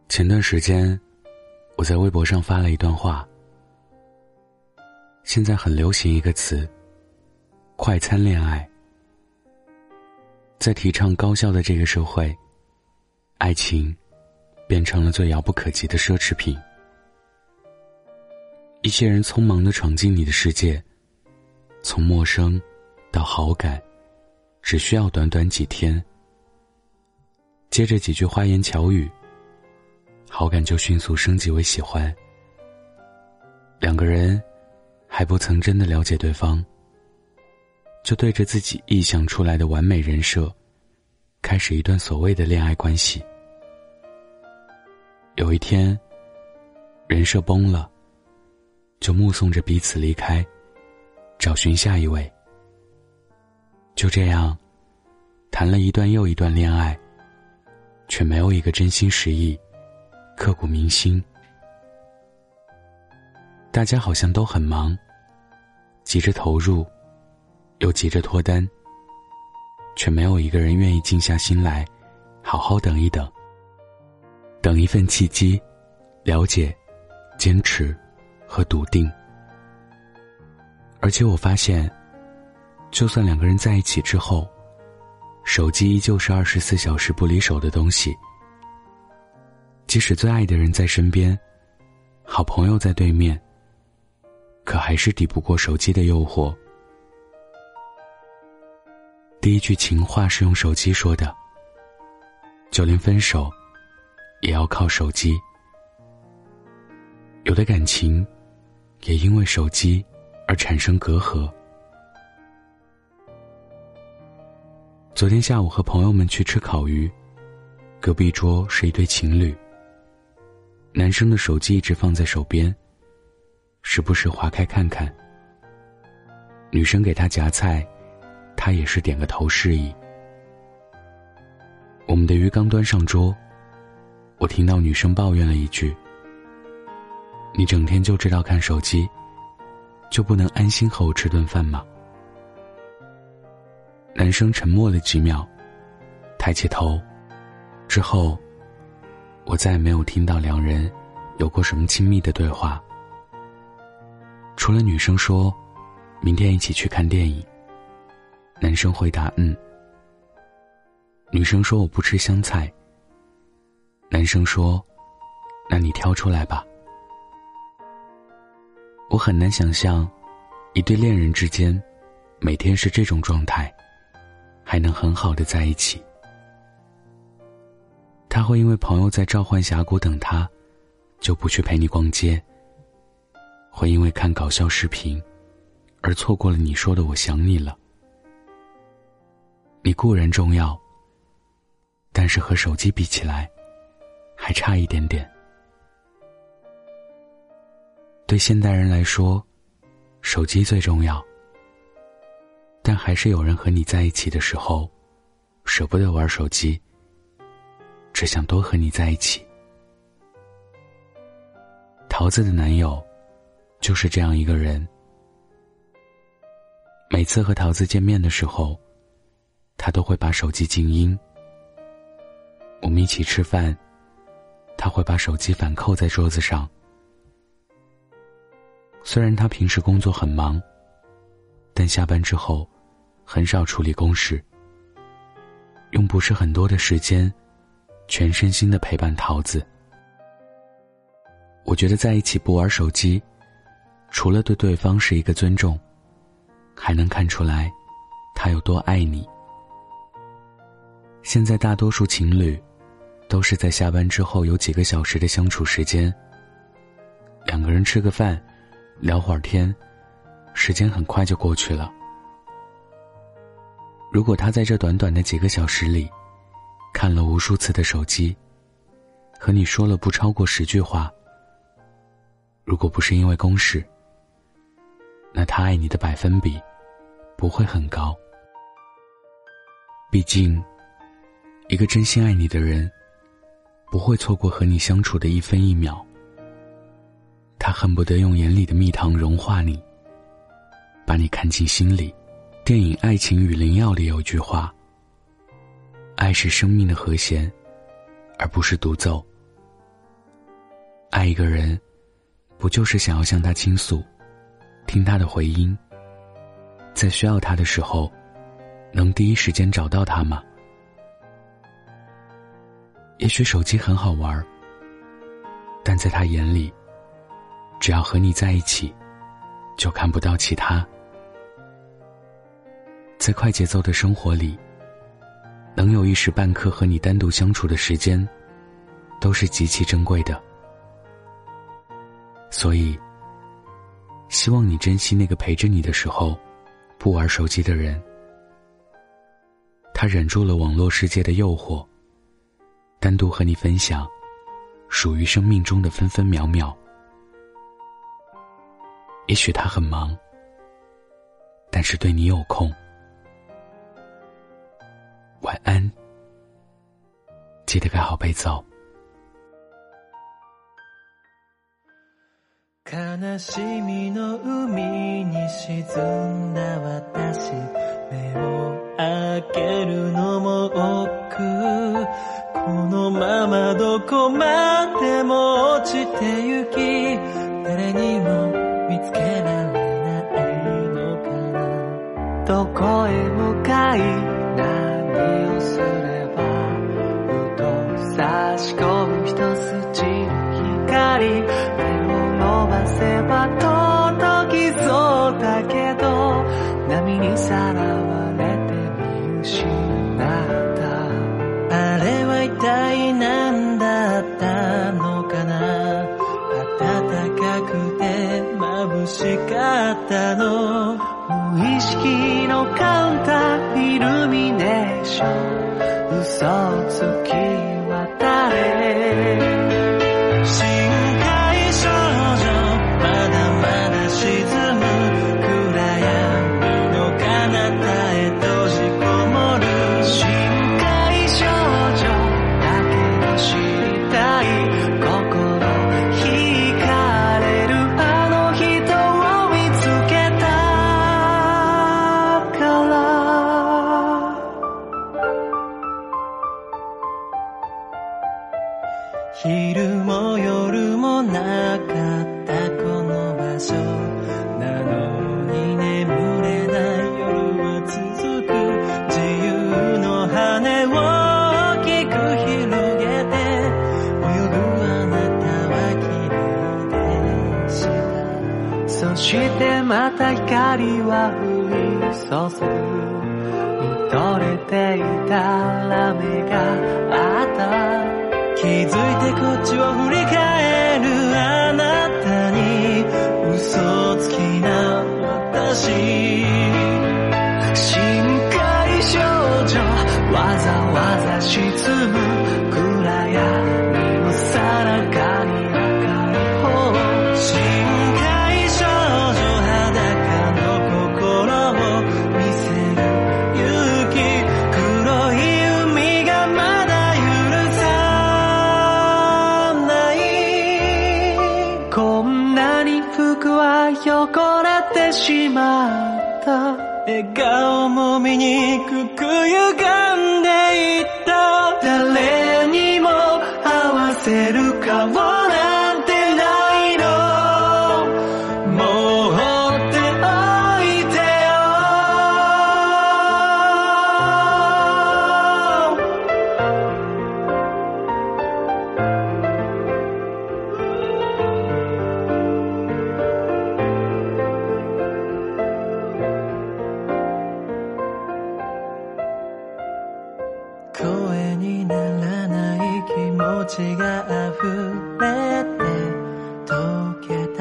前段时间，我在微博上发了一段话。现在很流行一个词，快餐恋爱。在提倡高效的这个社会，爱情变成了最遥不可及的奢侈品。一些人匆忙地闯进你的世界，从陌生到好感，只需要短短几天。接着几句花言巧语，好感就迅速升级为喜欢。两个人还不曾真的了解对方，就对着自己臆想出来的完美人设，开始一段所谓的恋爱关系。有一天，人设崩了，就目送着彼此离开，找寻下一位。就这样，谈了一段又一段恋爱，却没有一个真心实意，刻骨铭心。大家好像都很忙，急着投入，又急着脱单，却没有一个人愿意静下心来，好好等一等，等一份契机、了解、坚持和笃定。而且我发现，就算两个人在一起之后，手机依旧是24小时不离手的东西。即使最爱的人在身边，好朋友在对面，可还是抵不过手机的诱惑。第一句情话是用手机说的，就连分手也要靠手机。有的感情也因为手机而产生隔阂。昨天下午和朋友们去吃烤鱼，隔壁桌是一对情侣。男生的手机一直放在手边，时不时划开看看。女生给他夹菜，他也是点个头示意。我们的鱼刚端上桌，我听到女生抱怨了一句：你整天就知道看手机，就不能安心和我吃顿饭吗？男生沉默了几秒，抬起头，之后我再也没有听到两人有过什么亲密的对话，除了女生说明天一起去看电影。男生回答女生说我不吃香菜。男生说那你挑出来吧。我很难想象一对恋人之间每天是这种状态，还能很好的在一起。他会因为朋友在召唤峡谷等他，就不去陪你逛街，会因为看搞笑视频而错过了你说的我想你了。你固然重要，但是和手机比起来还差一点点。对现代人来说，手机最重要，但还是有人和你在一起的时候舍不得玩手机，只想多和你在一起。桃子的男友就是这样一个人。每次和桃子见面的时候，他都会把手机静音。我们一起吃饭，他会把手机反扣在桌子上。虽然他平时工作很忙，但下班之后很少处理公事，用不是很多的时间全身心的陪伴桃子。我觉得在一起不玩手机，除了对对方是一个尊重，还能看出来他有多爱你。现在大多数情侣都是在下班之后有几个小时的相处时间，两个人吃个饭，聊会儿天，时间很快就过去了。如果他在这短短的几个小时里看了无数次的手机，和你说了不超过10句话，如果不是因为公事，那他爱你的百分比不会很高。毕竟一个真心爱你的人不会错过和你相处的一分一秒，他恨不得用眼里的蜜糖融化你，把你看进心里。电影《爱情与灵药》里有句话：爱是生命的和弦，而不是独奏。 爱一个人，不就是想要向他倾诉，听他的回音，在需要他的时候，能第一时间找到他吗？也许手机很好玩，但在他眼里，只要和你在一起，就看不到其他。在快节奏的生活里，能有一时半刻和你单独相处的时间，都是极其珍贵的。所以，希望你珍惜那个陪着你的时候不玩手机的人。他忍住了网络世界的诱惑，单独和你分享属于生命中的分分秒秒。也许他很忙，但是对你有空。晚安，记得盖好被子哦。 悲しみの海に沈んだ私、目を開けるのも億劫、このままどこまでも落ちてゆき、誰にも見つけられないのかな。どこへ向かい何をすれば、ふと差し込む一筋の光、伸ばせば届きそうだけど、波にさらわれて見失った。あれは一体何だったのかな。暖かくて眩しかったの。無意識のカウンターイルミネーション、嘘をつき渡れ。昼も夜もなかったこの場所なのに、眠れない夜は続く。自由の羽を大きく広げて泳ぐあなたは綺麗でした。そしてまた光は降り注ぐ。見とれていたら目があった。気づいてこっちを振り返るあなたに、嘘つきな私、深海少女、わざわざ沈む暗闇のさなかに明かりを。深海少女、裸の心を見せる勇気、黒い海がまだ許さこんなに服は汚れてしまった。笑顔も醜く歪んでいった。誰にも合わせる顔なんてないの。もう放っておいてよ。声にならない気持ちが溢れて溶けた。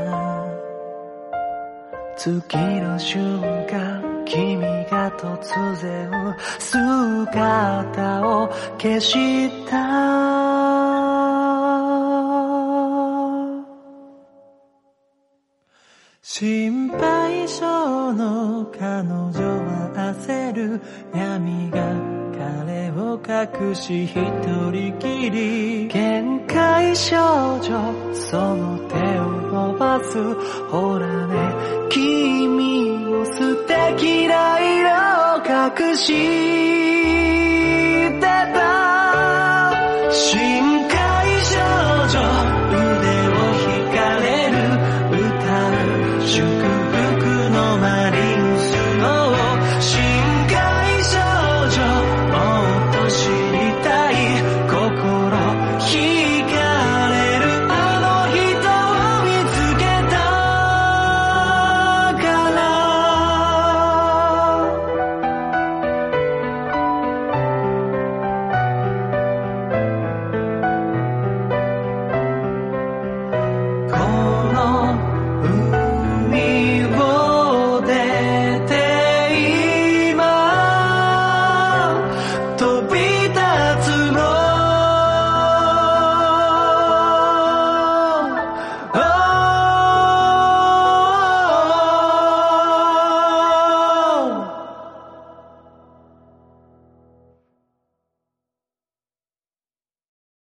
次の瞬間、君が突然姿を消した。心配性の彼女は焦る。闇が彼を隠し一人きり。限界少女、その手を伸ばす。ほらね、君も素敵な色を隠してた。深海少女、